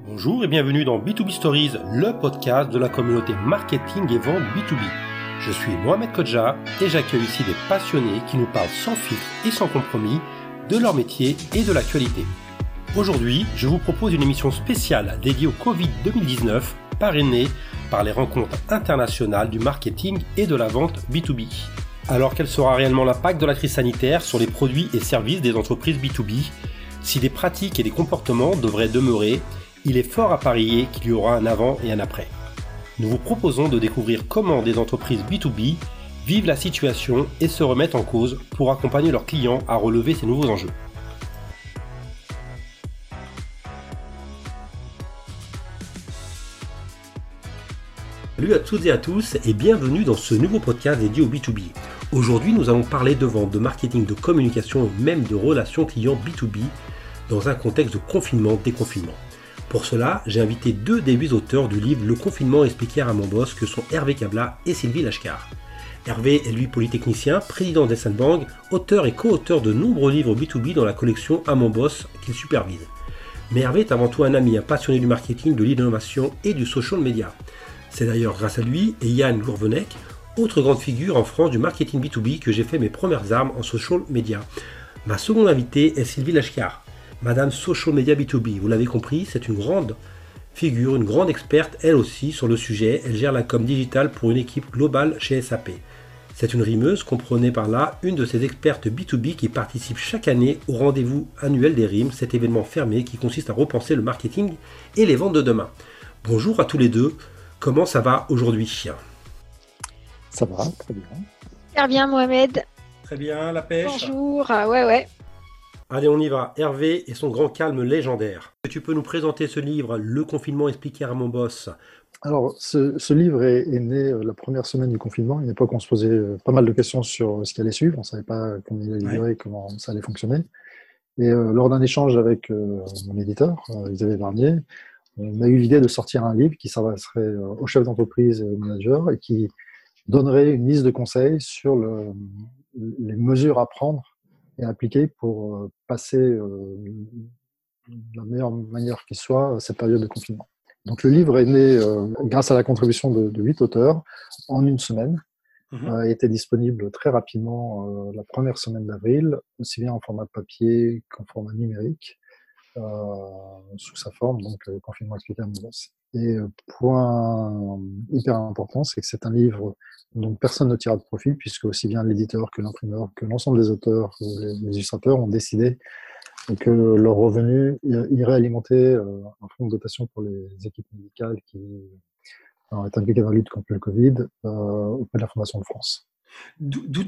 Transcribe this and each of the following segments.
Bonjour et bienvenue dans B2B Stories, le podcast de la communauté marketing et vente B2B. Je suis Mohamed Kodja et j'accueille ici des passionnés qui nous parlent sans filtre et sans compromis de leur métier et de l'actualité. Aujourd'hui, je vous propose une émission spéciale dédiée au Covid 2019, parrainée par les rencontres internationales du marketing et de la vente B2B. Alors quel sera réellement l'impact de la crise sanitaire sur les produits et services des entreprises B2B ? Si des pratiques et des comportements devraient demeurer, il est fort à parier qu'il y aura un avant et un après. Nous vous proposons de découvrir comment des entreprises B2B vivent la situation et se remettent en cause pour accompagner leurs clients à relever ces nouveaux enjeux. Salut à toutes et à tous et bienvenue dans ce nouveau podcast dédié au B2B. Aujourd'hui, nous allons parler de vente, de marketing, de communication et même de relations clients B2B dans un contexte de confinement-déconfinement. Pour cela, j'ai invité deux des 8 auteurs du livre Le confinement expliqué à mon boss que sont Hervé Cabla et Sylvie Lashkar. Hervé est lui polytechnicien, président d'Essent Bank, auteur et co-auteur de nombreux livres B2B dans la collection À mon boss qu'il supervise. Mais Hervé est avant tout un ami, un passionné du marketing, de l'innovation et du social media. C'est d'ailleurs grâce à lui et Yann Gourvenec, autre grande figure en France du marketing B2B, que j'ai fait mes premières armes en social media. Ma seconde invitée est Sylvie Lashkar. Madame Social Media B2B, vous l'avez compris, c'est une grande figure, une grande experte, elle aussi, sur le sujet. Elle gère la com digitale pour une équipe globale chez SAP. C'est une rimeuse, comprenez par là, une de ces expertes B2B qui participe chaque année au rendez-vous annuel des rimes, cet événement fermé qui consiste à repenser le marketing et les ventes de demain. Bonjour à tous les deux, comment ça va aujourd'hui ? Ça va, très bien. Super bien, Mohamed. Très bien, la pêche. Bonjour, ouais. Allez, on y va. Hervé et son grand calme légendaire. Tu peux nous présenter ce livre, Le confinement expliqué à mon boss ? Alors, ce livre est né la première semaine du confinement, une époque où on se posait pas mal de questions sur ce qui allait suivre. On ne savait pas combien il allait durer, comment ça allait fonctionner. Et lors d'un échange avec mon éditeur, Xavier Barnier, on a eu l'idée de sortir un livre qui s'adresserait aux chefs d'entreprise et aux managers et qui donnerait une liste de conseils sur les mesures à prendre et appliquer pour passer de la meilleure manière qui soit cette période de confinement. Donc le livre est né grâce à la contribution de 8 auteurs en une semaine. Était disponible très rapidement la première semaine d'avril, aussi bien en format papier qu'en format numérique, sous sa forme, donc confinement expliqué à mon boss. Et point hyper important, c'est que c'est un livre dont personne ne tira de profit, puisque aussi bien l'éditeur que l'imprimeur, que l'ensemble des auteurs, les illustrateurs ont décidé que leur revenu irait alimenter un fonds de dotation pour les équipes médicales qui est impliquées dans la lutte contre le Covid auprès de la Fondation de France. D'où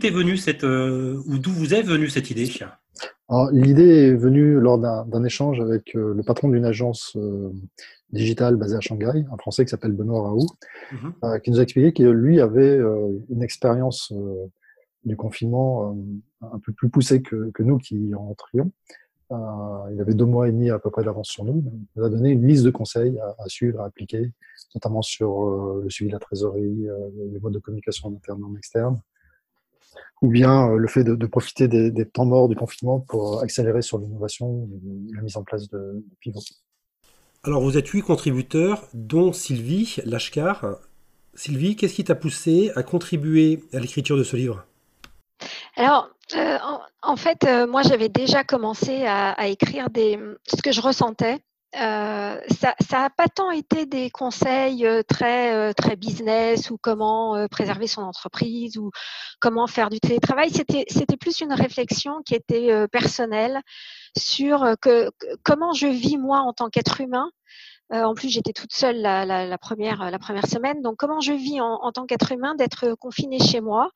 vous est venue cette idée ? Alors, l'idée est venue lors d'un échange avec le patron d'une agence digitale basée à Shanghai, un Français qui s'appelle Benoît Raoult, qui nous a expliqué que lui avait une expérience du confinement un peu plus poussée que nous qui y rentrions. Il avait 2 mois et demi à peu près d'avance sur nous. Il nous a donné une liste de conseils à suivre, à appliquer, notamment sur le suivi de la trésorerie, les modes de communication en interne et en externe, ou bien le fait de profiter des temps morts du confinement pour accélérer sur l'innovation et la mise en place de pivots. Alors vous êtes 8 contributeurs, dont Sylvie Lashkar. Sylvie, qu'est-ce qui t'a poussé à contribuer à l'écriture de ce livre ? Alors, en fait, moi, j'avais déjà commencé à écrire ce que je ressentais. Ça n'a pas tant été des conseils très business ou comment préserver son entreprise ou comment faire du télétravail. C'était plus une réflexion qui était personnelle sur comment je vis moi en tant qu'être humain. En plus, j'étais toute seule la première semaine. Donc, comment je vis en tant qu'être humain d'être confinée chez moi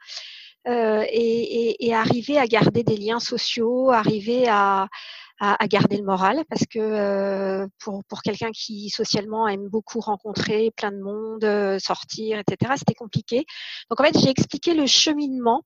et arriver à garder des liens sociaux, arriver à garder le moral, parce que pour quelqu'un qui socialement aime beaucoup rencontrer plein de monde, sortir, etc., c'était compliqué. Donc, en fait, j'ai expliqué le cheminement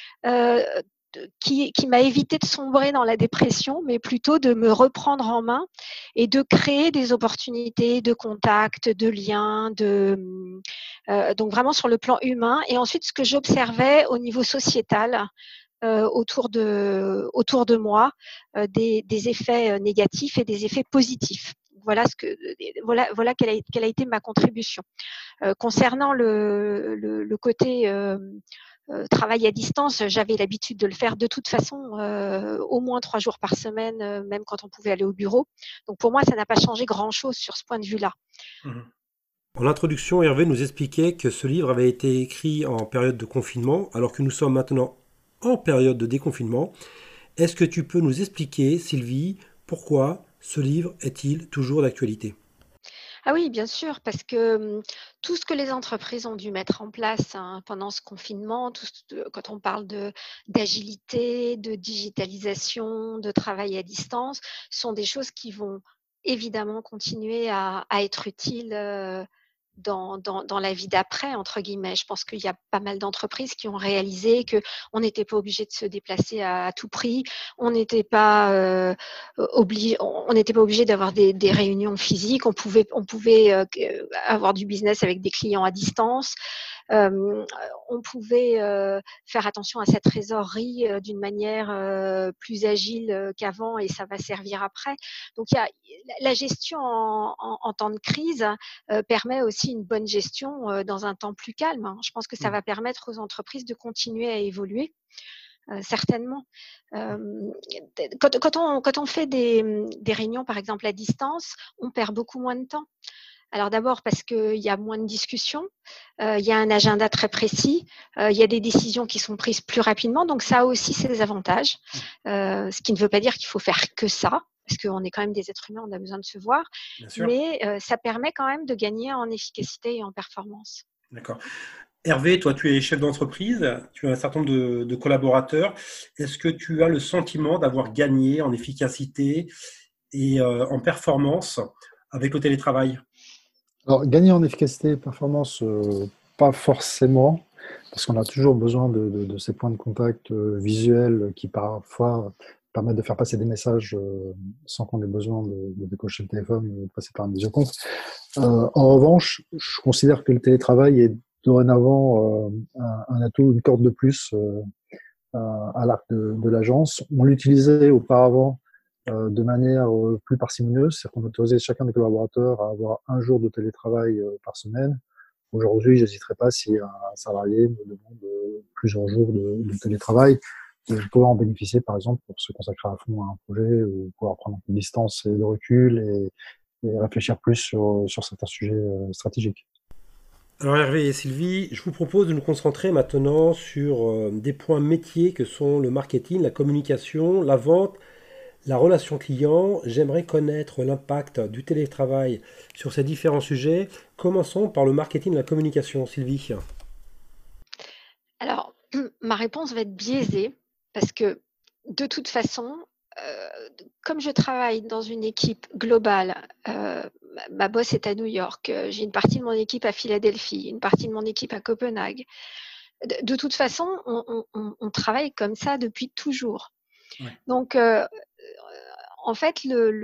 qui m'a évité de sombrer dans la dépression, mais plutôt de me reprendre en main et de créer des opportunités de contact, de liens, donc vraiment sur le plan humain. Et ensuite, ce que j'observais au niveau sociétal, autour de moi, des effets négatifs et des effets positifs. voilà quelle a été ma contribution. Concernant le côté travail à distance, j'avais l'habitude de le faire de toute façon au moins 3 jours par semaine, même quand on pouvait aller au bureau. Donc pour moi, ça n'a pas changé grand-chose sur ce point de vue-là. En introduction, Hervé nous expliquait que ce livre avait été écrit en période de confinement, alors que nous sommes maintenant en période de déconfinement. Est-ce que tu peux nous expliquer, Sylvie, pourquoi ce livre est-il toujours d'actualité ? Ah oui, bien sûr, parce que tout ce que les entreprises ont dû mettre en place pendant ce confinement, quand on parle d'agilité, de digitalisation, de travail à distance, sont des choses qui vont évidemment continuer à être utiles dans la vie d'après, entre guillemets. Je pense qu'il y a pas mal d'entreprises qui ont réalisé qu'on n'était pas obligé de se déplacer à tout prix, on n'était pas obligé d'avoir des réunions physiques, on pouvait avoir du business avec des clients à distance. On pouvait faire attention à sa trésorerie d'une manière plus agile qu'avant, et ça va servir après. Donc, la gestion en temps de crise permet aussi une bonne gestion dans un temps plus calme. Je pense que ça va permettre aux entreprises de continuer à évoluer. Certainement. Quand on fait des réunions, par exemple, à distance, on perd beaucoup moins de temps. Alors d'abord parce qu'il y a moins de discussions, il y a un agenda très précis, il y a des décisions qui sont prises plus rapidement, donc ça a aussi ses avantages, ce qui ne veut pas dire qu'il faut faire que ça, parce qu'on est quand même des êtres humains, on a besoin de se voir, mais ça permet quand même de gagner en efficacité et en performance. D'accord. Hervé, toi, tu es chef d'entreprise, tu as un certain nombre de collaborateurs. Est-ce que tu as le sentiment d'avoir gagné en efficacité et en performance avec le télétravail ? Alors, gagner en efficacité et performance, pas forcément, parce qu'on a toujours besoin de ces points de contact visuels qui parfois permettent de faire passer des messages sans qu'on ait besoin de décocher le téléphone ou de passer par un visioconf. En revanche, je considère que le télétravail est dorénavant un atout, une corde de plus à l'arc de l'agence. On l'utilisait auparavant de manière plus parcimonieuse, c'est-à-dire qu'on autorisait chacun des collaborateurs à avoir un jour de télétravail par semaine. Aujourd'hui, j'hésiterai pas si un salarié me demande plusieurs jours de télétravail, de pouvoir en bénéficier, par exemple, pour se consacrer à fond à un projet ou pouvoir prendre un peu de distance et de recul et réfléchir plus sur certains sujets stratégiques. Alors Hervé et Sylvie, je vous propose de nous concentrer maintenant sur des points métiers que sont le marketing, la communication, la vente, la relation client. J'aimerais connaître l'impact du télétravail sur ces différents sujets. Commençons par le marketing et la communication, Sylvie. Alors, ma réponse va être biaisée parce que de toute façon, comme je travaille dans une équipe globale, ma boss est à New York, j'ai une partie de mon équipe à Philadelphie, une partie de mon équipe à Copenhague. De toute façon, on travaille comme ça depuis toujours. Ouais. Donc, en fait,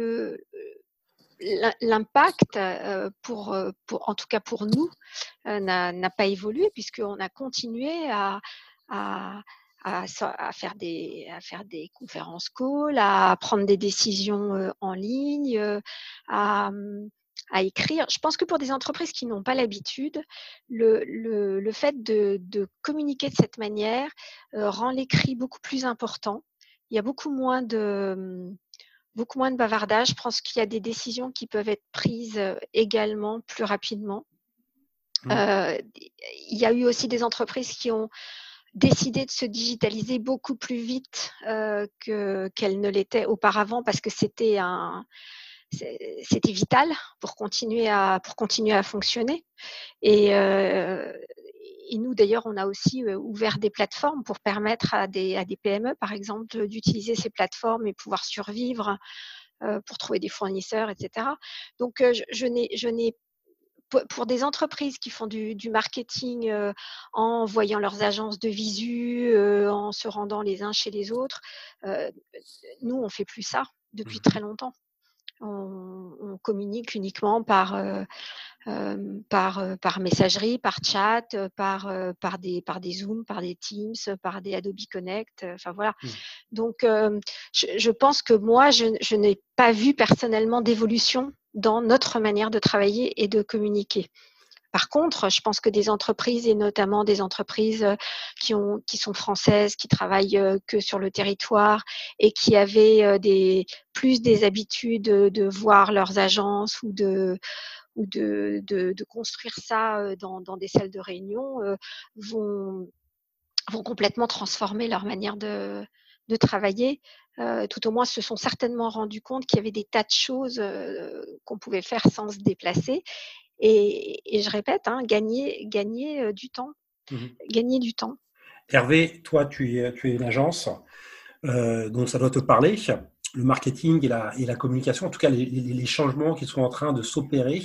l'impact, en tout cas pour nous, n'a pas évolué puisqu'on a continué à faire des conférences calls, à prendre des décisions en ligne, à écrire. Je pense que pour des entreprises qui n'ont pas l'habitude, le fait de communiquer de cette manière rend l'écrit beaucoup plus important. Il y a beaucoup moins de bavardage. Je pense qu'il y a des décisions qui peuvent être prises également plus rapidement. Il y a eu aussi des entreprises qui ont décidé de se digitaliser beaucoup plus vite qu'elles ne l'étaient auparavant parce que c'était vital pour continuer à fonctionner. Et nous, d'ailleurs, on a aussi ouvert des plateformes pour permettre à des PME, par exemple, d'utiliser ces plateformes et pouvoir survivre pour trouver des fournisseurs, etc. Donc, pour des entreprises qui font du marketing en voyant leurs agences de visu, en se rendant les uns chez les autres, nous, on ne fait plus ça depuis très longtemps. On communique uniquement par messagerie, par chat, par des Zoom, par des Teams, par des Adobe Connect. Enfin voilà. Donc, je pense que moi, je n'ai pas vu personnellement d'évolution dans notre manière de travailler et de communiquer. Par contre, je pense que des entreprises, et notamment des entreprises qui sont françaises, qui travaillent que sur le territoire et qui avaient plus des habitudes de voir leurs agences ou de construire ça dans des salles de réunion, vont complètement transformer leur manière de travailler. Tout au moins, se sont certainement rendus compte qu'il y avait des tas de choses qu'on pouvait faire sans se déplacer. Et je répète, gagner du temps. Gagner du temps. Hervé, toi, tu es une agence, donc ça doit te parler. Le marketing et la communication, en tout cas les changements qui sont en train de s'opérer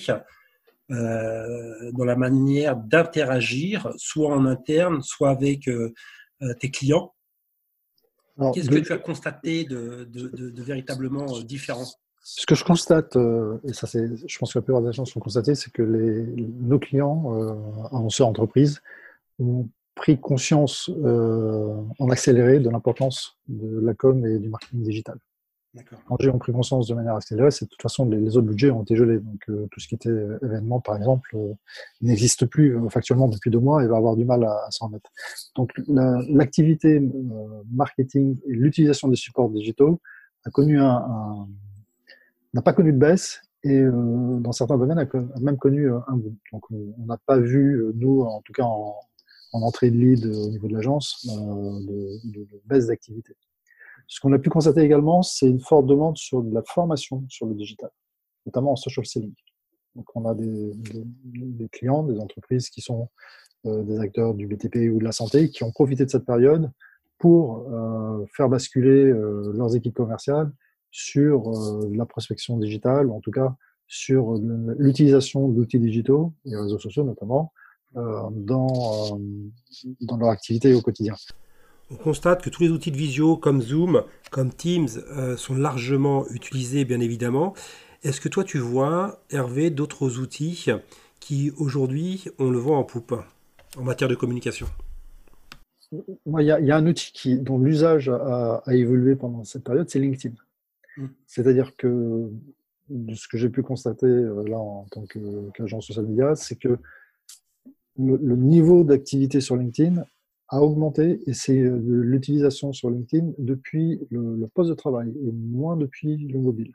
dans la manière d'interagir, soit en interne, soit avec tes clients. Alors, qu'est-ce que tu as constaté de véritablement différent? Ce que je constate, et ça je pense que la plupart des agences l'ont constaté, c'est que nos clients, annonceurs entreprises, ont pris conscience en accéléré de l'importance de la com et du marketing digital. Quand ils ont pris conscience de manière accélérée, c'est de toute façon les autres budgets ont été gelés. Donc tout ce qui était événement, par exemple, n'existe plus factuellement depuis 2 mois et va avoir du mal à s'en remettre. Donc l'activité marketing et l'utilisation des supports digitaux a connu n'a pas connu de baisse et dans certains domaines a même connu un boom. Donc on n'a pas vu, nous, en tout cas en entrée de lead au niveau de l'agence, de baisse d'activité. Ce qu'on a pu constater également, c'est une forte demande sur de la formation sur le digital, notamment en social selling. Donc on a des clients, des entreprises qui sont des acteurs du BTP ou de la santé, qui ont profité de cette période pour faire basculer leurs équipes commerciales sur la prospection digitale, ou en tout cas sur l'utilisation d'outils digitaux, et réseaux sociaux notamment, dans leur activité au quotidien. On constate que tous les outils de visio comme Zoom, comme Teams sont largement utilisés, bien évidemment. Est-ce que toi, tu vois, Hervé, d'autres outils qui, aujourd'hui, on le vent en poupe en matière de communication? Il y a un outil dont l'usage a évolué pendant cette période, c'est LinkedIn. C'est-à-dire que, de ce que j'ai pu constater là en tant qu'agent social media, c'est que le niveau d'activité sur LinkedIn a augmenté et c'est l'utilisation sur LinkedIn depuis le poste de travail et moins depuis le mobile.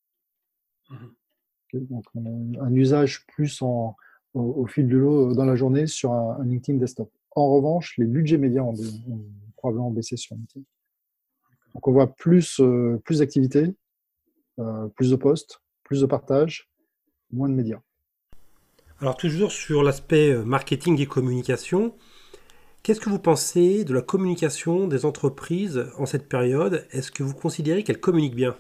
Donc on a un usage plus au fil de l'eau dans la journée sur un LinkedIn desktop. En revanche, les budgets médias ont probablement baissé sur LinkedIn. Donc on voit plus d'activités, plus de posts, plus de partages, moins de médias. Alors toujours sur l'aspect marketing et communication, qu'est-ce que vous pensez de la communication des entreprises en cette période? Est-ce que vous considérez qu'elles communiquent bien?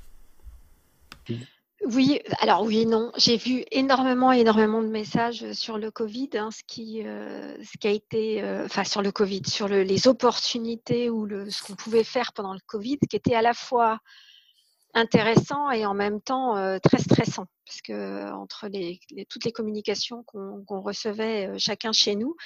Oui, alors oui et non. J'ai vu énormément de messages sur le Covid, ce qui a été, sur le Covid, sur les opportunités ou ce qu'on pouvait faire pendant le Covid, qui était à la fois intéressant et en même temps très stressant, parce que entre toutes les communications qu'on recevait chacun chez nous,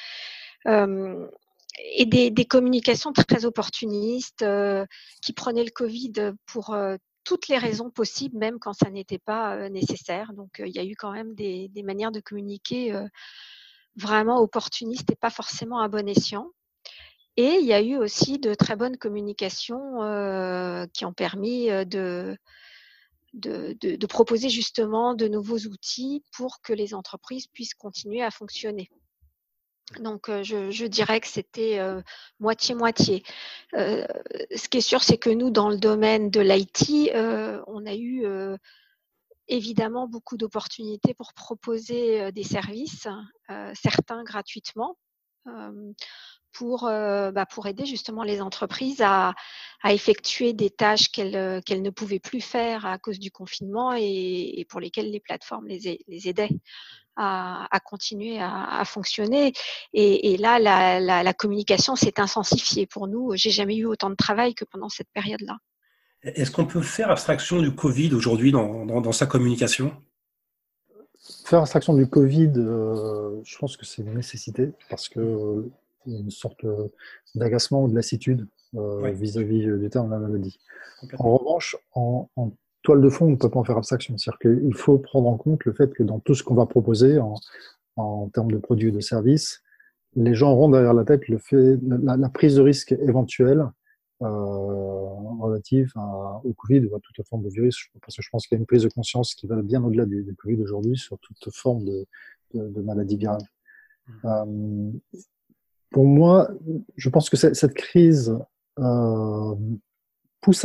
et des communications très opportunistes qui prenaient le Covid pour toutes les raisons possibles, même quand ça n'était pas nécessaire. Donc, il y a eu quand même des manières de communiquer vraiment opportunistes et pas forcément à bon escient. Et il y a eu aussi de très bonnes communications qui ont permis de proposer justement de nouveaux outils pour que les entreprises puissent continuer à fonctionner. Donc, je dirais que c'était moitié-moitié. Ce qui est sûr, c'est que nous, dans le domaine de l'IT, on a eu évidemment beaucoup d'opportunités pour proposer des services, certains gratuitement, pour aider justement les entreprises à effectuer des tâches qu'elles ne pouvaient plus faire à cause du confinement et pour lesquelles les plateformes les aidaient à continuer à fonctionner. Et là, la communication s'est intensifiée pour nous. J'ai jamais eu autant de travail que pendant cette période-là. Est-ce qu'on peut faire abstraction du Covid aujourd'hui dans sa communication? Faire abstraction du Covid, je pense que c'est une nécessité parce que il y a une sorte d'agacement ou de lassitude vis-à-vis du terme de la maladie. En revanche, en toile de fond, on ne peut pas en faire abstraction. C'est-à-dire qu'il faut prendre en compte le fait que dans tout ce qu'on va proposer en termes de produits ou de services, les gens auront derrière la tête la prise de risque éventuelle relative au Covid ou à toute forme de virus. Parce que je pense qu'il y a une prise de conscience qui va bien au-delà du Covid aujourd'hui sur toute forme de maladie virale. Pour moi, je pense que cette crise pousse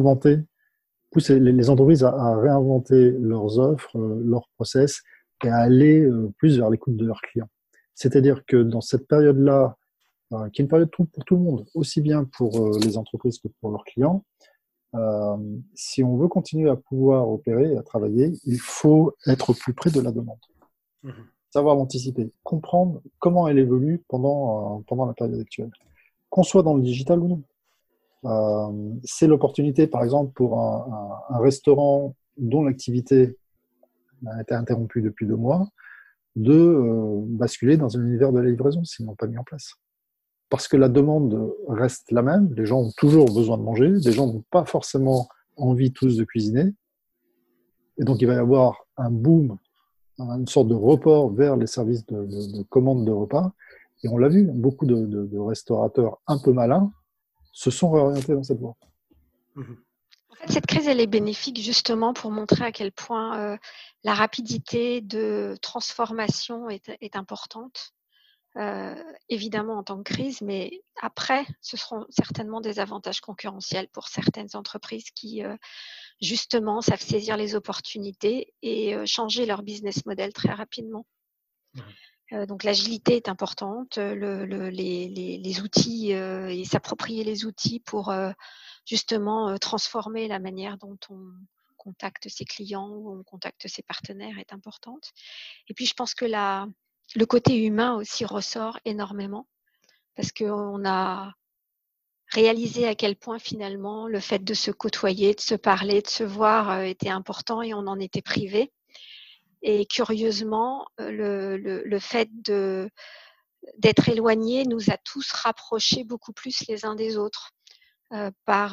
les entreprises à réinventer leurs offres, leurs process et à aller plus vers l'écoute de leurs clients. C'est-à-dire que dans cette période-là, qui est une période pour tout le monde, aussi bien pour les entreprises que pour leurs clients, si on veut continuer à pouvoir opérer et à travailler, il faut être plus près de la demande. Savoir l'anticiper, comprendre comment elle évolue pendant la période actuelle, qu'on soit dans le digital ou non. C'est l'opportunité, par exemple, pour un restaurant dont l'activité a été interrompue depuis 2 mois, de basculer dans un univers de la livraison s'ils n'ont pas mis en place. Parce que la demande reste la même, les gens ont toujours besoin de manger, les gens n'ont pas forcément envie tous de cuisiner, et donc il va y avoir un boom, une sorte de report vers les services de commande de repas, et on l'a vu, beaucoup de restaurateurs un peu malins se sont réorientés dans cette voie. En fait, cette crise, elle est bénéfique justement pour montrer à quel point la rapidité de transformation est importante. Évidemment en tant que crise, mais après, ce seront certainement des avantages concurrentiels pour certaines entreprises qui, justement, savent saisir les opportunités et changer leur business model très rapidement. Donc l'agilité est importante, les outils et s'approprier les outils pour justement transformer la manière dont on contacte ses clients ou on contacte ses partenaires est importante. Et puis je pense que le côté humain aussi ressort énormément parce qu'on a réalisé à quel point finalement le fait de se côtoyer, de se parler, de se voir était important et on en était privé. Et curieusement, le fait d'être éloigné nous a tous rapprochés beaucoup plus les uns des autres par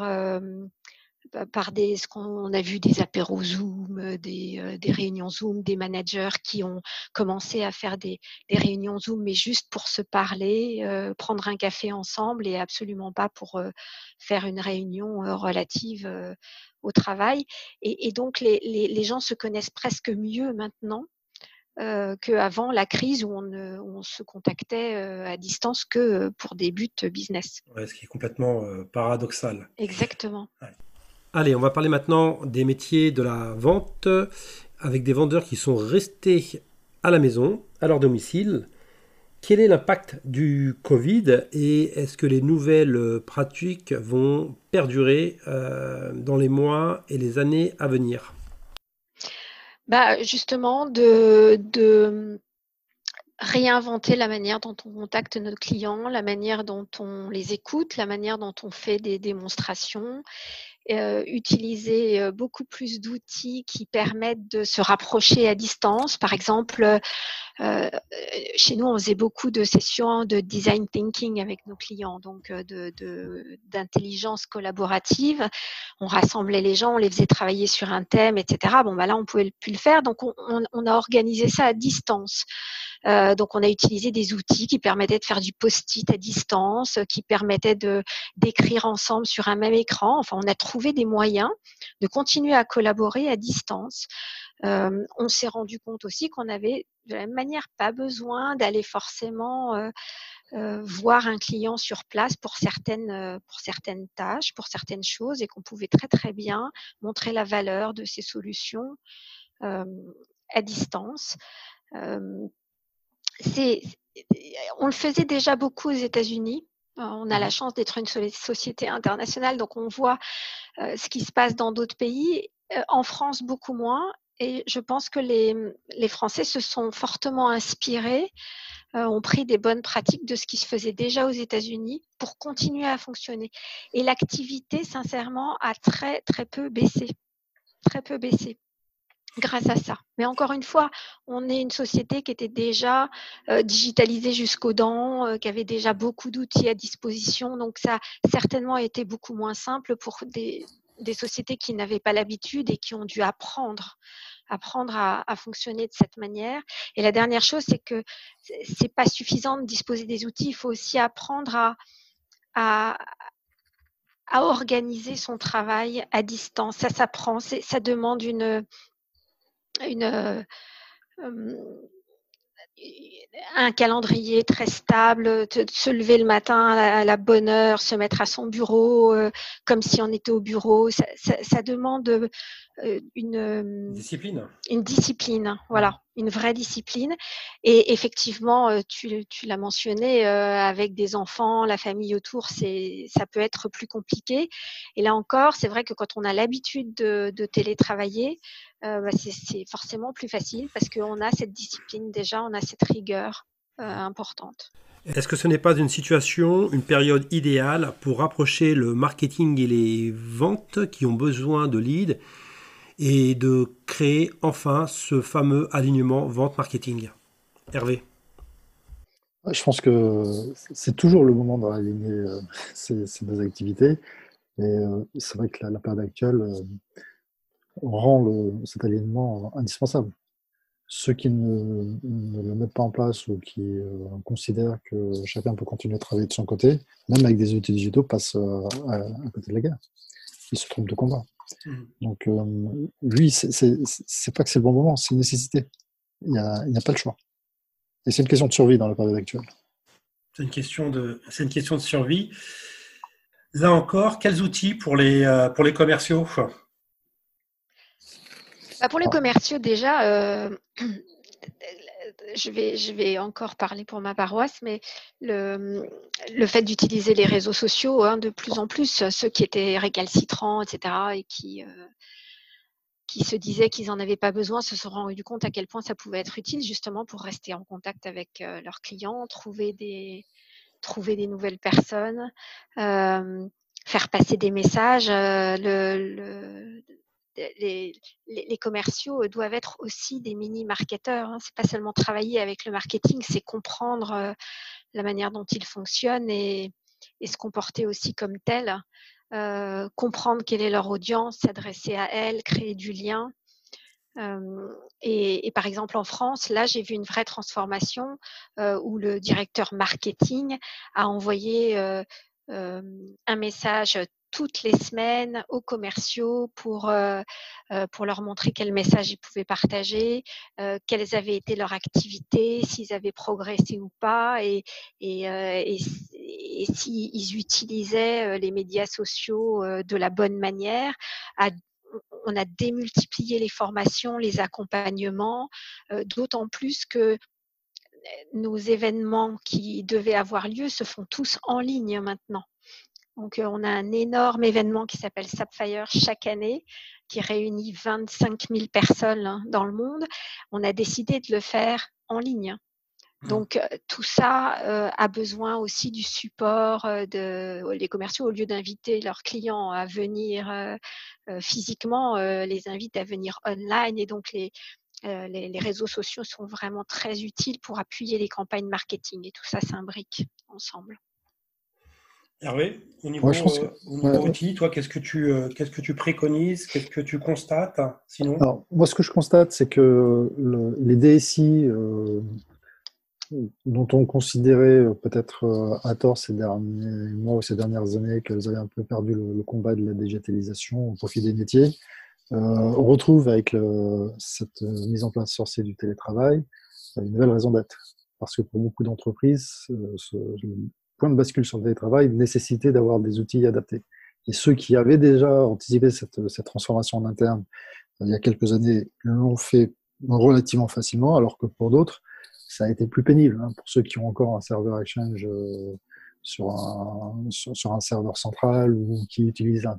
ce qu'on a vu des apéros Zoom, des réunions Zoom, des managers qui ont commencé à faire des réunions Zoom, mais juste pour se parler, prendre un café ensemble et absolument pas pour faire une réunion relative au travail. Et donc, les gens se connaissent presque mieux maintenant qu'avant la crise où on se contactait à distance que pour des buts business. Ouais, ce qui est complètement paradoxal. Exactement. Ouais. Allez, on va parler maintenant des métiers de la vente avec des vendeurs qui sont restés à la maison, à leur domicile. Quel est l'impact du Covid et est-ce que les nouvelles pratiques vont perdurer dans les mois et les années à venir ? Justement, de réinventer la manière dont on contacte nos clients, la manière dont on les écoute, la manière dont on fait des démonstrations, utiliser beaucoup plus d'outils qui permettent de se rapprocher à distance. Par exemple, chez nous, on faisait beaucoup de sessions de design thinking avec nos clients, donc d'intelligence collaborative. On rassemblait les gens, on les faisait travailler sur un thème, etc. Là, on pouvait plus le faire, donc on a organisé ça à distance. Donc, on a utilisé des outils qui permettaient de faire du post-it à distance, qui permettaient d'écrire ensemble sur un même écran. Enfin, on a trouvé des moyens de continuer à collaborer à distance. On s'est rendu compte aussi qu'on avait de la même manière pas besoin d'aller forcément voir un client sur place pour certaines tâches, pour certaines choses, et qu'on pouvait très très bien montrer la valeur de ces solutions à distance. On le faisait déjà beaucoup aux États-Unis. On a la chance d'être une société internationale, donc on voit ce qui se passe dans d'autres pays. En France, beaucoup moins. Et je pense que les Français se sont fortement inspirés, ont pris des bonnes pratiques de ce qui se faisait déjà aux États-Unis pour continuer à fonctionner. Et l'activité, sincèrement, a très, très peu baissé. Très peu baissé. Grâce à ça. Mais encore une fois, on est une société qui était déjà digitalisée jusqu'aux dents, qui avait déjà beaucoup d'outils à disposition. Donc, ça a certainement été beaucoup moins simple pour des des sociétés qui n'avaient pas l'habitude et qui ont dû apprendre à fonctionner de cette manière. Et la dernière chose, c'est que c'est pas suffisant de disposer des outils, il faut aussi apprendre à organiser son travail à distance. Ça s'apprend, ça demande un calendrier très stable, se lever le matin à la bonne heure, se mettre à son bureau comme si on était au bureau. Ça demande une discipline, voilà, une vraie discipline. Et effectivement, tu l'as mentionné, avec des enfants, la famille autour, ça peut être plus compliqué. Et là encore, c'est vrai que quand on a l'habitude de télétravailler, c'est forcément plus facile parce qu'on a cette discipline déjà, on a cette rigueur importante. Est-ce que ce n'est pas une situation, une période idéale pour rapprocher le marketing et les ventes qui ont besoin de leads et de créer enfin ce fameux alignement vente-marketing? Hervé? Je pense que c'est toujours le moment de réaligner ces deux activités. Et c'est vrai que la période actuelle rend cet alignement indispensable. Ceux qui ne le mettent pas en place ou qui considèrent que chacun peut continuer à travailler de son côté, même avec des outils digitaux, passent à côté de la guerre. Ils se trompent de combat. Donc, lui, c'est pas que c'est le bon moment, c'est une nécessité. Il n'y a pas le choix. Et c'est une question de survie dans la période actuelle. C'est une question de survie. Là encore, quels outils pour les commerciaux? Pour les commerciaux, déjà, je vais encore parler pour ma paroisse, mais le fait d'utiliser les réseaux sociaux, de plus en plus, ceux qui étaient récalcitrants, etc., et qui se disaient qu'ils n'en avaient pas besoin, se sont rendus compte à quel point ça pouvait être utile justement pour rester en contact avec leurs clients, trouver des nouvelles personnes, faire passer des messages. Les commerciaux doivent être aussi des mini-marketeurs. C'est pas seulement travailler avec le marketing, c'est comprendre la manière dont il fonctionne et se comporter aussi comme tel. Comprendre quelle est leur audience, s'adresser à elle, créer du lien. Et par exemple en France, là j'ai vu une vraie transformation où le directeur marketing a envoyé un message toutes les semaines aux commerciaux pour leur montrer quel message ils pouvaient partager, quelles avaient été leurs activités, s'ils avaient progressé ou pas, et s'ils utilisaient les médias sociaux de la bonne manière. On a démultiplié les formations, les accompagnements, d'autant plus que nos événements qui devaient avoir lieu se font tous en ligne maintenant. Donc, on a un énorme événement qui s'appelle Sapphire chaque année, qui réunit 25 000 personnes dans le monde. On a décidé de le faire en ligne. Donc, tout ça a besoin aussi du support des commerciaux. Au lieu d'inviter leurs clients à venir physiquement, les invitent à venir online. Et donc, les réseaux sociaux sont vraiment très utiles pour appuyer les campagnes marketing. Et tout ça s'imbrique ensemble. Hervé, au niveau outils, toi, qu'est-ce que tu préconises? Qu'est-ce que tu constates sinon? Alors, moi, ce que je constate, c'est que les DSI dont on considérait peut-être à tort ces derniers mois ou ces dernières années qu'elles avaient un peu perdu le combat de la digitalisation au profit des métiers, on retrouve avec cette mise en place sorcière du télétravail une nouvelle raison d'être. Parce que pour beaucoup d'entreprises, le point de bascule sur le télétravail nécessitait d'avoir des outils adaptés. Et ceux qui avaient déjà anticipé cette transformation en interne il y a quelques années l'ont fait relativement facilement, alors que pour d'autres, ça a été plus pénible. Pour ceux qui ont encore un serveur Exchange sur un serveur central ou qui utilisent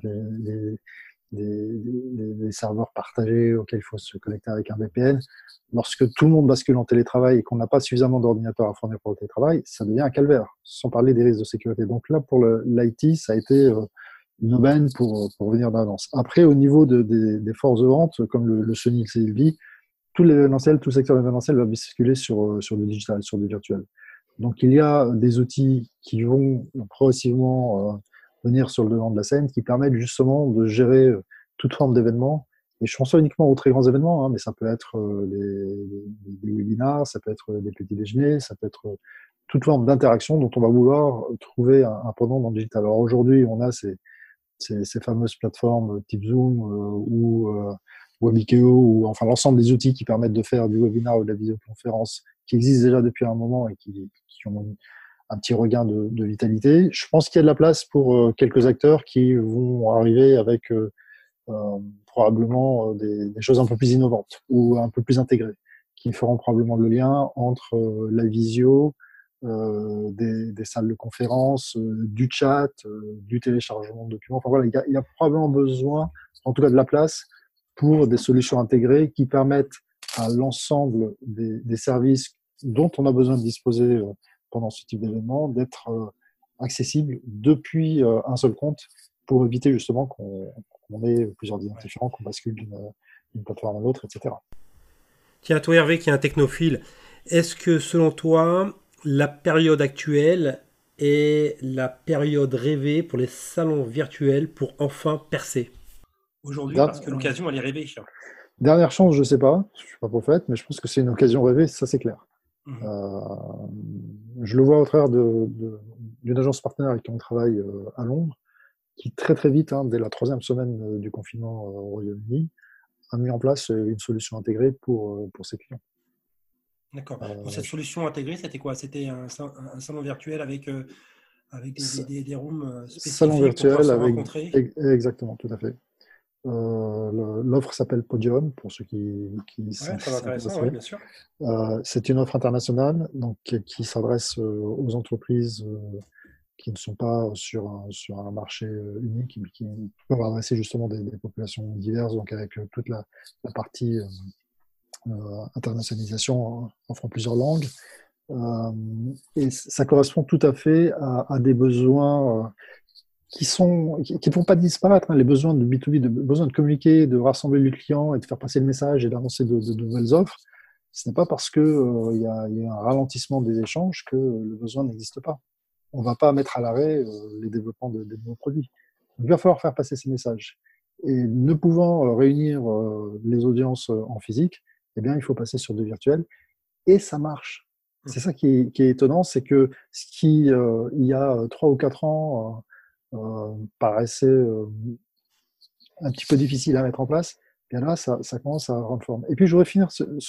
des serveurs partagés auxquels il faut se connecter avec un VPN. Lorsque tout le monde bascule en télétravail et qu'on n'a pas suffisamment d'ordinateurs à fournir pour le télétravail, ça devient un calvaire, sans parler des risques de sécurité. Donc là, pour l'IT, ça a été une aubaine pour venir d'avance. Après, au niveau des forces de vente, comme le chenil CLV, tout l'événementiel, tout le secteur événementiel va basculer sur du digital, sur du virtuel. Donc il y a des outils qui vont progressivement venir sur le devant de la scène, qui permettent justement de gérer toute forme d'événements. Et je pense pas uniquement aux très grands événements, hein, mais ça peut être des webinars, ça peut être des petits déjeuners, ça peut être toute forme d'interaction dont on va vouloir trouver un pendant dans le digital. Alors aujourd'hui, on a ces fameuses plateformes type Zoom ou Webikeo, ou enfin l'ensemble des outils qui permettent de faire du webinar ou de la visioconférence, qui existent déjà depuis un moment et qui ont un petit regain de vitalité. Je pense qu'il y a de la place pour quelques acteurs qui vont arriver avec probablement des choses un peu plus innovantes ou un peu plus intégrées, qui feront probablement le lien entre la visio, des salles de conférence, du chat, du téléchargement de documents. Enfin voilà, il y a probablement besoin, en tout cas de la place, pour des solutions intégrées qui permettent à l'ensemble des services dont on a besoin de disposer pendant ce type d'événement d'être accessibles depuis un seul compte, pour éviter justement qu'on ait plusieurs identifiants, qu'on bascule d'une plateforme à l'autre, etc. Tiens, toi Hervé qui est un technophile, est-ce que selon toi, la période actuelle est la période rêvée pour les salons virtuels pour enfin percer aujourd'hui, parce que l'occasion elle est rêvée. Dernière chance, je ne sais pas, je ne suis pas prophète, mais je pense que c'est une occasion rêvée, ça c'est clair. Je le vois au travers d'une agence partenaire avec qui on travaille à Londres, qui très très vite, dès la 3e semaine du confinement au Royaume-Uni, a mis en place une solution intégrée pour ses clients. D'accord. Cette solution intégrée, c'était quoi? C'était un salon virtuel avec des rooms spécifiques salon virtuel pour se avec, rencontrer. Exactement, tout à fait. L'offre s'appelle Podium, pour ceux qui très intéressant, oui, bien sûr. C'est une offre internationale donc, qui s'adresse aux entreprises qui ne sont pas sur un marché unique, mais qui peuvent adresser justement des populations diverses, donc avec toute la partie internationalisation offrant plusieurs langues. Et ça correspond tout à fait à des besoins qui ne vont pas disparaître, les besoins de B2B, besoin de communiquer, de rassembler les clients et de faire passer le message et d'annoncer de nouvelles offres. Ce n'est pas parce qu'il y a un ralentissement des échanges que le besoin n'existe pas. On ne va pas mettre à l'arrêt les développements de nouveaux produits. Donc, il va falloir faire passer ces messages. Et ne pouvant réunir les audiences en physique, eh bien, il faut passer sur du virtuel. Et ça marche. C'est ça qui est étonnant, c'est que ce qui, il y a 3 ou 4 ans, paraissait un petit peu difficile à mettre en place, et là, ça commence à rendre forme. Et puis, je voudrais finir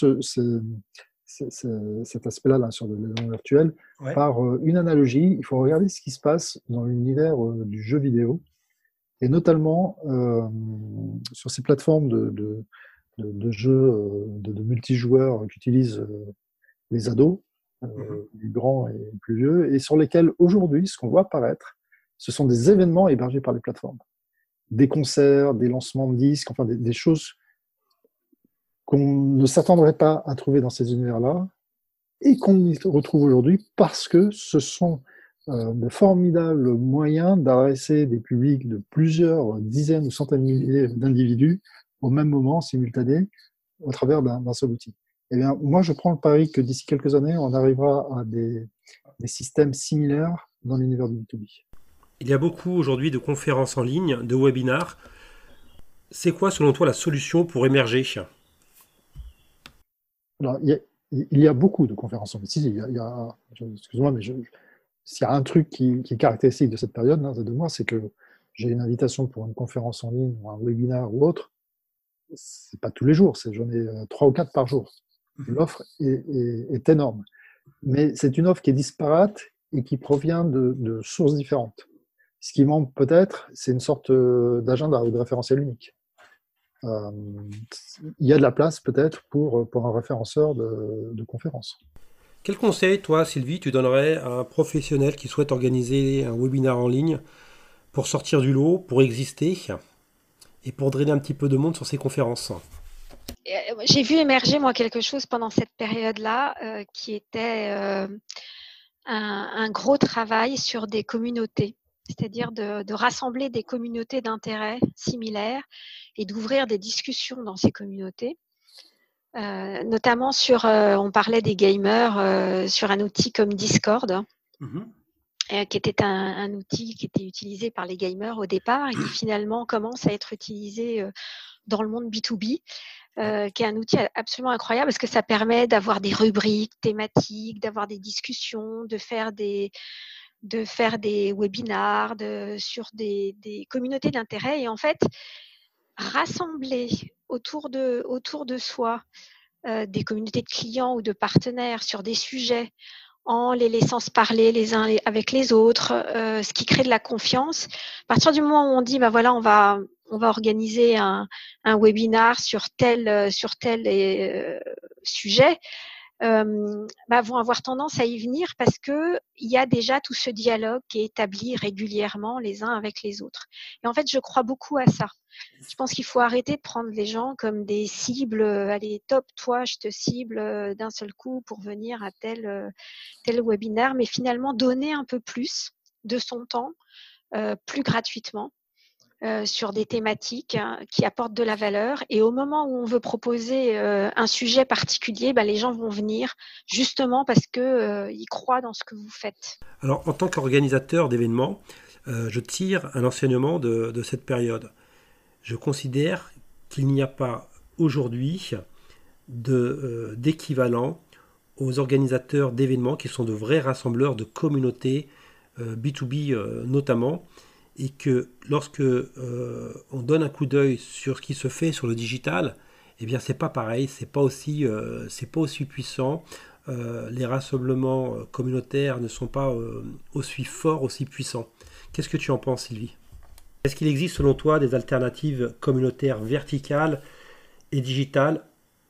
cet aspect-là sur l'événement virtuel par une analogie. Il faut regarder ce qui se passe dans l'univers du jeu vidéo, et notamment sur ces plateformes de jeux de multijoueurs qu'utilisent les ados, les grands et les plus vieux, et sur lesquels aujourd'hui, ce qu'on voit apparaître, ce sont des événements hébergés par les plateformes. Des concerts, des lancements de disques, enfin des choses qu'on ne s'attendrait pas à trouver dans ces univers-là et qu'on y retrouve aujourd'hui parce que ce sont de formidables moyens d'adresser des publics de plusieurs dizaines ou centaines de milliers d'individus au même moment, simultané, au travers d'un seul outil. Eh bien, moi, je prends le pari que d'ici quelques années, on arrivera à des systèmes similaires dans l'univers du B2B. Il y a beaucoup aujourd'hui de conférences en ligne, de webinars. C'est quoi, selon toi, la solution pour émerger? Alors, il y a beaucoup de conférences en ligne. Excuse-moi, mais s'il y a un truc qui est caractéristique de cette période, ces 2 mois, c'est que j'ai une invitation pour une conférence en ligne ou un webinar ou autre. C'est pas tous les jours, j'en ai 3 ou 4 par jour. L'offre est énorme. Mais c'est une offre qui est disparate et qui provient de sources différentes. Ce qui manque peut-être, c'est une sorte d'agenda ou de référentiel unique. Il y a de la place peut-être pour un référenceur de conférences. Quel conseil, toi, Sylvie, tu donnerais à un professionnel qui souhaite organiser un webinar en ligne pour sortir du lot, pour exister et pour drainer un petit peu de monde sur ses conférences? J'ai vu émerger, moi, quelque chose pendant cette période-là qui était un gros travail sur des communautés, c'est-à-dire de rassembler des communautés d'intérêts similaires et d'ouvrir des discussions dans ces communautés, notamment on parlait des gamers, sur un outil comme Discord. qui était un outil qui était utilisé par les gamers au départ et qui finalement commence à être utilisé dans le monde B2B, qui est un outil absolument incroyable parce que ça permet d'avoir des rubriques thématiques, d'avoir des discussions, de faire des webinars sur des communautés d'intérêt et en fait, rassembler autour de soi des communautés de clients ou de partenaires sur des sujets en les laissant se parler les uns avec les autres, ce qui crée de la confiance. À partir du moment où on dit, bah voilà, on va organiser un webinar sur tel sujet, vont avoir tendance à y venir parce que il y a déjà tout ce dialogue qui est établi régulièrement les uns avec les autres. Et en fait, je crois beaucoup à ça. Je pense qu'il faut arrêter de prendre les gens comme des cibles. Allez, top, toi, je te cible d'un seul coup pour venir à tel webinaire, mais finalement donner un peu plus de son temps, plus gratuitement, sur des thématiques qui apportent de la valeur. Et au moment où on veut proposer un sujet particulier, les gens vont venir justement parce qu'ils croient dans ce que vous faites. Alors, en tant qu'organisateur d'événements, je tire un enseignement de cette période. Je considère qu'il n'y a pas aujourd'hui d'équivalent aux organisateurs d'événements qui sont de vrais rassembleurs de communautés B2B notamment, et que lorsque on donne un coup d'œil sur ce qui se fait sur le digital, eh bien c'est pas pareil, c'est pas aussi puissant. Les rassemblements communautaires ne sont pas aussi forts, aussi puissants. Qu'est-ce que tu en penses, Sylvie? Est-ce qu'il existe selon toi des alternatives communautaires verticales et digitales?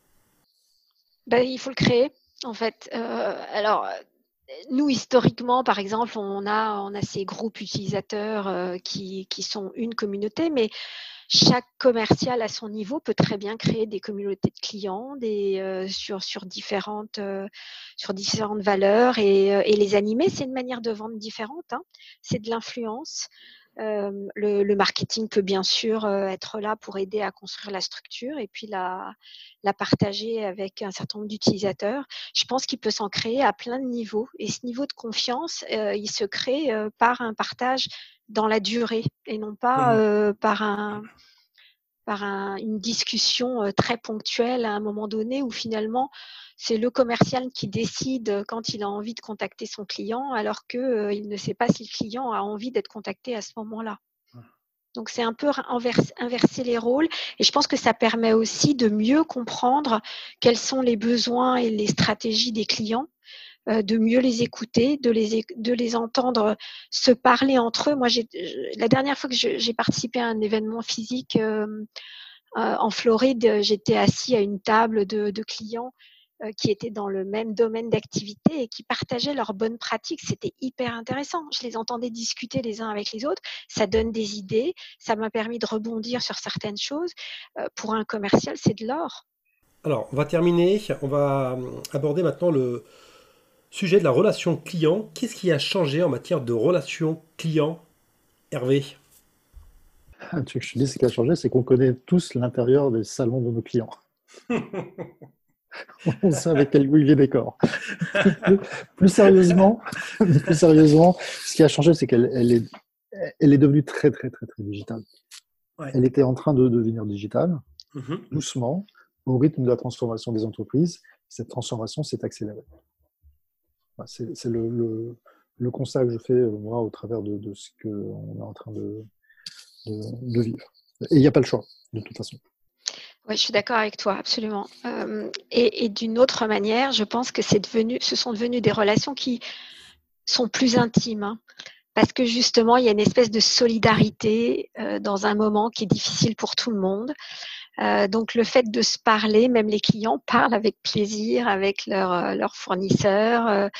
Il faut le créer, en fait. Alors, nous, historiquement, par exemple, on a ces groupes utilisateurs qui sont une communauté, mais chaque commercial à son niveau peut très bien créer des communautés de clients sur différentes valeurs et les animer. C'est une manière de vendre différente, hein. C'est de l'influence. Le marketing peut bien sûr être là pour aider à construire la structure et puis la partager avec un certain nombre d'utilisateurs. Je pense qu'il peut s'en créer à plein de niveaux. Et ce niveau de confiance, il se crée par un partage dans la durée et non pas par une discussion très ponctuelle à un moment donné où finalement c'est le commercial qui décide quand il a envie de contacter son client alors qu'il ne sait pas si le client a envie d'être contacté à ce moment-là. Donc c'est un peu inverser les rôles et je pense que ça permet aussi de mieux comprendre quels sont les besoins et les stratégies des clients, de mieux les écouter, de les entendre se parler entre eux. Moi, la dernière fois que j'ai participé à un événement physique en Floride, j'étais assis à une table de clients qui étaient dans le même domaine d'activité et qui partageaient leurs bonnes pratiques. C'était hyper intéressant. Je les entendais discuter les uns avec les autres. Ça donne des idées. Ça m'a permis de rebondir sur certaines choses. Pour un commercial, c'est de l'or. Alors, on va terminer. On va aborder maintenant le sujet de la relation client. Qu'est-ce qui a changé en matière de relation client, Hervé? Un truc que je te dis, ce qui a changé, c'est qu'on connaît tous l'intérieur des salons de nos clients. On sait avec quel goût il est décor. Plus sérieusement, ce qui a changé, c'est qu'elle est devenue très, très, très, très digitale. Ouais. Elle était en train de devenir digitale, doucement, au rythme de la transformation des entreprises. Cette transformation s'est accélérée. C'est le constat que je fais, moi, au travers de ce qu'on est en train de vivre. Et il n'y a pas le choix, de toute façon. Oui, je suis d'accord avec toi, absolument. Et d'une autre manière, je pense que ce sont devenues des relations qui sont plus intimes, hein, parce que justement, il y a une espèce de solidarité dans un moment qui est difficile pour tout le monde. Donc, le fait de se parler, même les clients parlent avec plaisir avec leurs fournisseurs.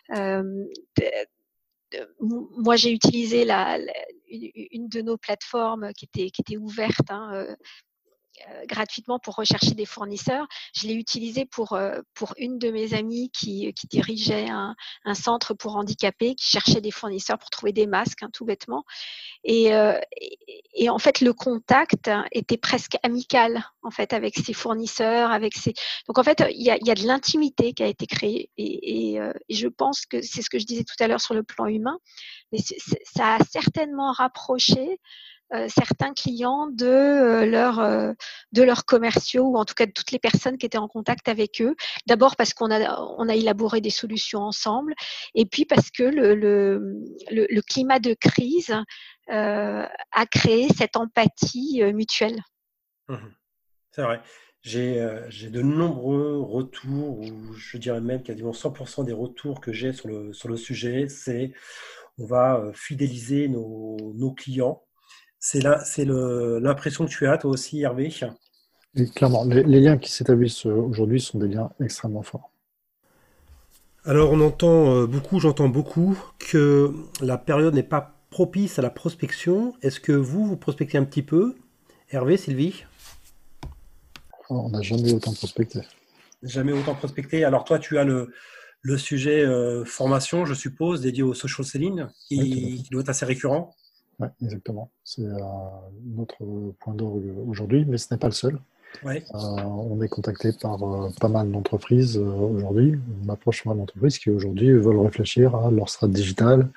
Moi, j'ai utilisé une de nos plateformes qui était ouverte, hein, gratuitement pour rechercher des fournisseurs. Je l'ai utilisé pour une de mes amies qui dirigeait un centre pour handicapés, qui cherchait des fournisseurs pour trouver des masques, tout bêtement. Et en fait, le contact était presque amical en fait avec ses fournisseurs, donc en fait, il y a de l'intimité qui a été créée et je pense que c'est ce que je disais tout à l'heure sur le plan humain, mais ça a certainement rapproché certains clients de leurs commerciaux ou en tout cas de toutes les personnes qui étaient en contact avec eux. D'abord parce qu'on a élaboré des solutions ensemble et puis parce que le climat de crise a créé cette empathie mutuelle. C'est vrai. J'ai de nombreux retours, ou je dirais même quasiment 100% des retours que j'ai sur le sujet, c'est on va fidéliser nos clients. C'est l'impression que tu as, toi aussi, Hervé. Et clairement, les liens qui s'établissent aujourd'hui sont des liens extrêmement forts. Alors j'entends beaucoup que la période n'est pas propice à la prospection. Est-ce que vous prospectez un petit peu? Hervé, Sylvie? On n'a jamais autant prospecté. Jamais autant prospecté. Alors toi, tu as le sujet formation, je suppose, dédié au social selling, qui doit être assez récurrent. Oui, exactement. C'est notre point d'orgue aujourd'hui, mais ce n'est pas le seul. Ouais. On est contacté par pas mal d'entreprises aujourd'hui. On approche pas mal d'entreprises qui aujourd'hui veulent réfléchir à leur stratégie digitale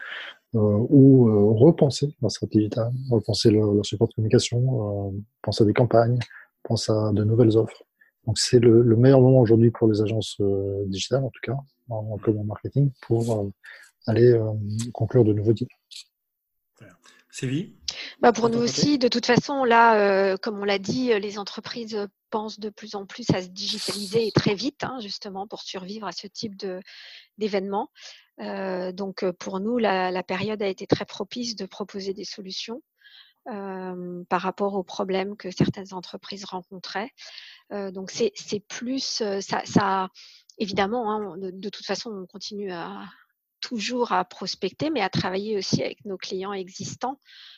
ou repenser leur stratégie digitale, repenser leur support de communication, penser à des campagnes, penser à de nouvelles offres. Donc c'est le meilleur moment aujourd'hui pour les agences digitales, en tout cas, comme en marketing, pour aller conclure de nouveaux deals. Sylvie? Pour nous aussi, de toute façon, là, comme on l'a dit, les entreprises pensent de plus en plus à se digitaliser et très vite, justement, pour survivre à ce type d'événement. Donc, pour nous, la période a été très propice de proposer des solutions par rapport aux problèmes que certaines entreprises rencontraient. Donc, c'est plus ça évidemment, de toute façon, on continue toujours à prospecter, mais à travailler aussi avec nos clients existants.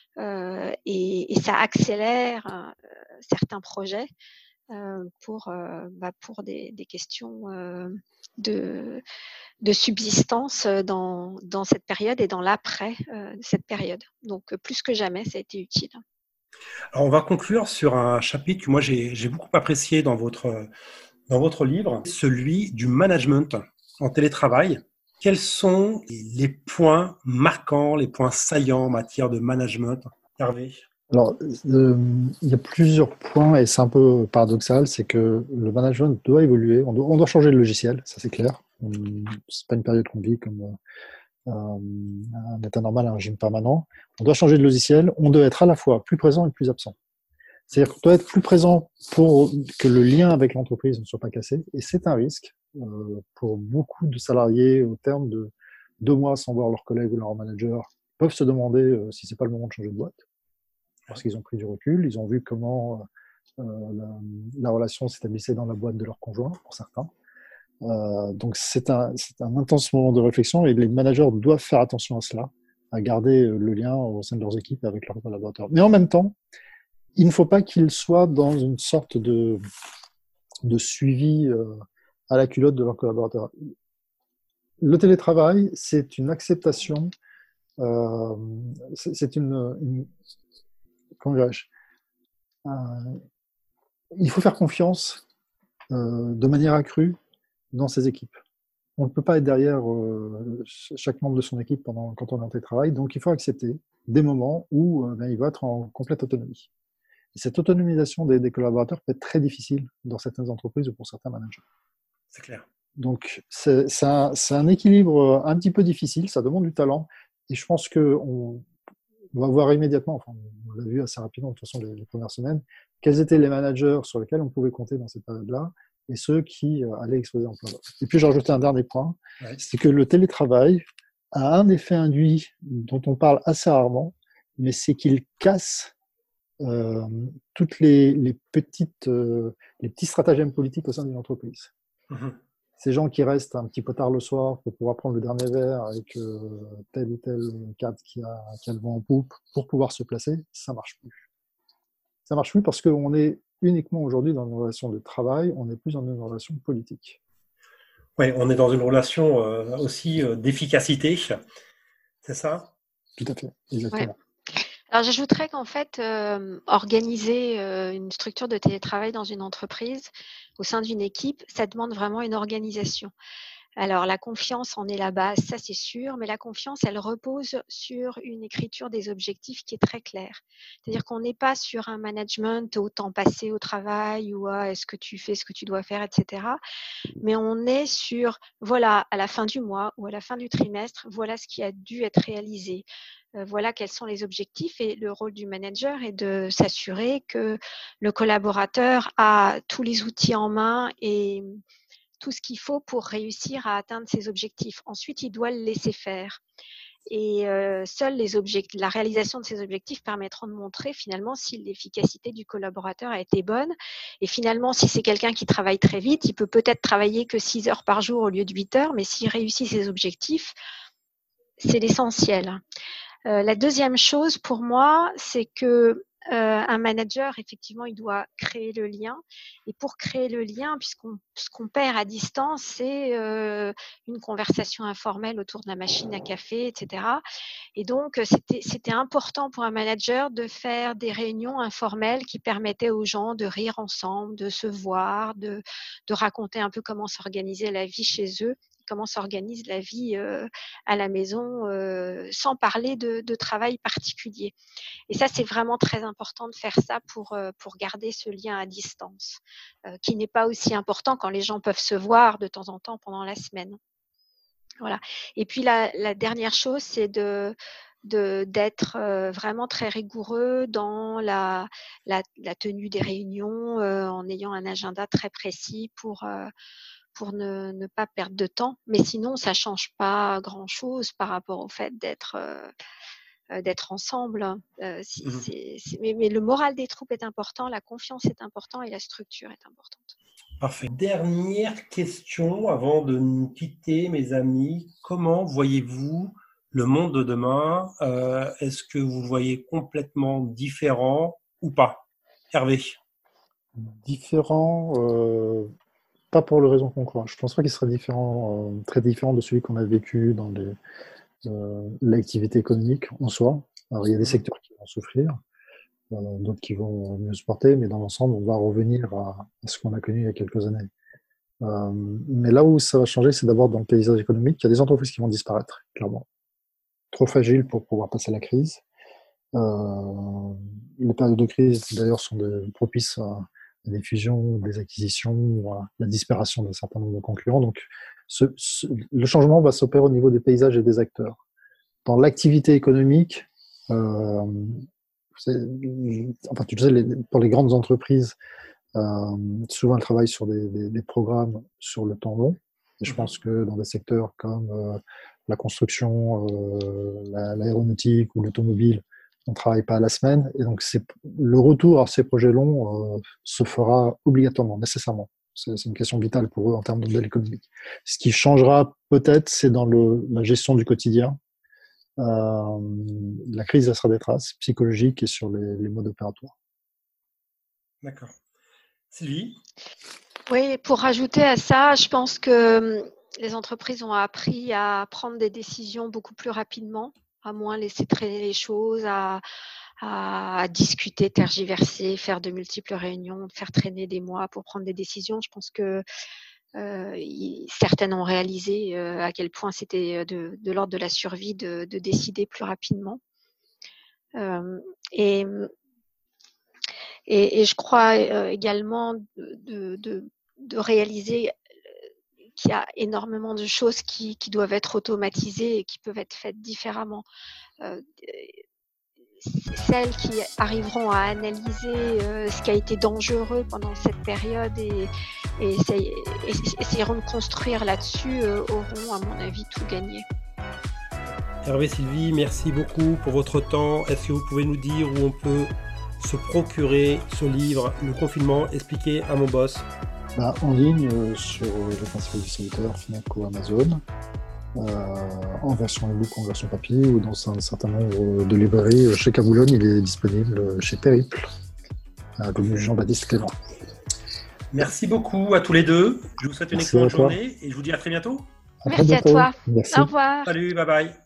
Et ça accélère certains projets pour des questions de subsistance dans cette période et dans l'après cette période. Donc, plus que jamais, ça a été utile. Alors, on va conclure sur un chapitre que moi, j'ai beaucoup apprécié dans votre livre, celui du management en télétravail. Quels sont les points marquants, les points saillants en matière de management, Hervé? Alors, il y a plusieurs points et c'est un peu paradoxal, c'est que le management doit évoluer, on doit changer de logiciel, ça c'est clair. C'est pas une période qu'on vit comme un état normal, un régime permanent. On doit changer de logiciel, on doit être à la fois plus présent et plus absent. C'est-à-dire qu'on doit être plus présent pour que le lien avec l'entreprise ne soit pas cassé, et c'est un risque pour beaucoup de salariés au terme de 2 mois sans voir leurs collègues ou leurs managers, peuvent se demander si c'est pas le moment de changer de boîte, parce qu'ils ont pris du recul, ils ont vu comment la relation s'établissait dans la boîte de leur conjoint, pour certains. Donc c'est un intense moment de réflexion et les managers doivent faire attention à cela, à garder le lien au sein de leurs équipes avec leurs collaborateurs. Mais en même temps, il ne faut pas qu'ils soient dans une sorte de suivi à la culotte de leurs collaborateurs. Le télétravail, c'est une acceptation, c'est une comment dirais-je, il faut faire confiance de manière accrue dans ses équipes. On ne peut pas être derrière chaque membre de son équipe quand on est en télétravail, donc il faut accepter des moments où il va être en complète autonomie. Et cette autonomisation des collaborateurs peut être très difficile dans certaines entreprises ou pour certains managers. C'est clair. Donc c'est un équilibre un petit peu difficile, ça demande du talent, et je pense qu'on va voir immédiatement, enfin on l'a vu assez rapidement de toute façon les premières semaines, quels étaient les managers sur lesquels on pouvait compter dans cette période-là, et ceux qui allaient exploser en plein vol. Et puis j'ai rajouté un dernier point, c'est que le télétravail a un effet induit dont on parle assez rarement, mais c'est qu'il casse toutes les petits stratagèmes politiques au sein d'une entreprise. Ces gens qui restent un petit peu tard le soir pour pouvoir prendre le dernier verre avec tel ou tel cadre qui a le vent en poupe pour pouvoir se placer, ça marche plus. Ça marche plus parce qu'on est uniquement aujourd'hui dans une relation de travail, on n'est plus dans une relation politique. Oui, on est dans une relation aussi d'efficacité, c'est ça? Tout à fait, exactement. Ouais. Alors, j'ajouterais qu'en fait, organiser une structure de télétravail dans une entreprise, au sein d'une équipe, ça demande vraiment une organisation. Alors, la confiance en est la base, ça c'est sûr, mais la confiance, elle repose sur une écriture des objectifs qui est très claire. C'est-à-dire qu'on n'est pas sur un management au temps passé au travail ou à est-ce que tu fais ce que tu dois faire, etc. Mais on est sur, voilà, à la fin du mois ou à la fin du trimestre, voilà ce qui a dû être réalisé. Voilà quels sont les objectifs et le rôle du manager est de s'assurer que le collaborateur a tous les outils en main et tout ce qu'il faut pour réussir à atteindre ses objectifs. Ensuite, il doit le laisser faire. Et seuls la réalisation de ces objectifs permettront de montrer finalement si l'efficacité du collaborateur a été bonne. Et finalement, si c'est quelqu'un qui travaille très vite, il peut peut-être travailler que 6 heures par jour au lieu de 8 heures, mais s'il réussit ses objectifs, c'est l'essentiel. La deuxième chose pour moi, c'est que un manager, effectivement, il doit créer le lien. Et pour créer le lien, ce qu'on perd à distance, c'est une conversation informelle autour de la machine à café, etc. Et donc, c'était important pour un manager de faire des réunions informelles qui permettaient aux gens de rire ensemble, de se voir, de raconter un peu comment s'organisait la vie chez eux, comment s'organise la vie à la maison, sans parler de travail particulier. Et ça, c'est vraiment très important de faire ça pour garder ce lien à distance, qui n'est pas aussi important quand les gens peuvent se voir de temps en temps pendant la semaine. Voilà. Et puis la dernière chose, c'est d'être vraiment très rigoureux dans la tenue des réunions, en ayant un agenda très précis pour ne pas perdre de temps. Mais sinon, ça ne change pas grand-chose par rapport au fait d'être ensemble. Mais le moral des troupes est important, la confiance est importante et la structure est importante. Parfait. Dernière question avant de nous quitter, mes amis. Comment voyez-vous le monde de demain? Est-ce que vous le voyez complètement différent ou pas? Hervé? Différent, pas pour le raison qu'on croit. Je ne pense pas qu'il serait très différent de celui qu'on a vécu dans l'activité économique en soi. Alors, il y a des secteurs qui vont souffrir, d'autres qui vont mieux se porter, mais dans l'ensemble, on va revenir à ce qu'on a connu il y a quelques années. Mais là où ça va changer, c'est d'abord dans le paysage économique. Il y a des entreprises qui vont disparaître, clairement. Trop fragiles pour pouvoir passer la crise. Les périodes de crise, d'ailleurs, sont propices à des fusions, des acquisitions, à la disparition d'un certain nombre de concurrents. Donc, le changement va s'opérer au niveau des paysages et des acteurs. Dans l'activité économique, tu sais, pour les grandes entreprises, souvent elles travaillent sur des programmes sur le temps long. Et je pense que dans des secteurs comme la construction, l'aéronautique ou l'automobile, on ne travaille pas à la semaine. Et donc, le retour à ces projets longs se fera obligatoirement, nécessairement. C'est une question vitale pour eux en termes de modèle économique. Ce qui changera peut-être, c'est dans la gestion du quotidien. La crise laissera des traces psychologiques et sur les modes opératoires. D'accord. Sylvie? Oui, pour rajouter à ça, je pense que les entreprises ont appris à prendre des décisions beaucoup plus rapidement, à moins laisser traîner les choses, à discuter, tergiverser, faire de multiples réunions, faire traîner des mois pour prendre des décisions. Je pense que certaines ont réalisé à quel point c'était de l'ordre de la survie de décider plus rapidement. Et je crois également de réaliser qu'il y a énormément de choses qui doivent être automatisées et qui peuvent être faites différemment. Celles qui arriveront à analyser ce qui a été dangereux pendant cette période et essayeront de construire là-dessus auront, à mon avis, tout gagné. Hervé, Sylvie, merci beaucoup pour votre temps. Est-ce que vous pouvez nous dire où on peut se procurer ce livre, Le confinement expliqué à mon boss? En ligne, sur les principaux distributeurs, Fnac ou Amazon, en version e-book ou en version papier, ou dans un certain nombre de librairies. Chez Boulogne, il est disponible chez Périple. comme Jean-Baptiste Clément. Merci beaucoup à tous les deux. Je vous souhaite une Merci excellente journée et je vous dis à très bientôt. Merci à toi. Merci. Au revoir. Salut, bye bye.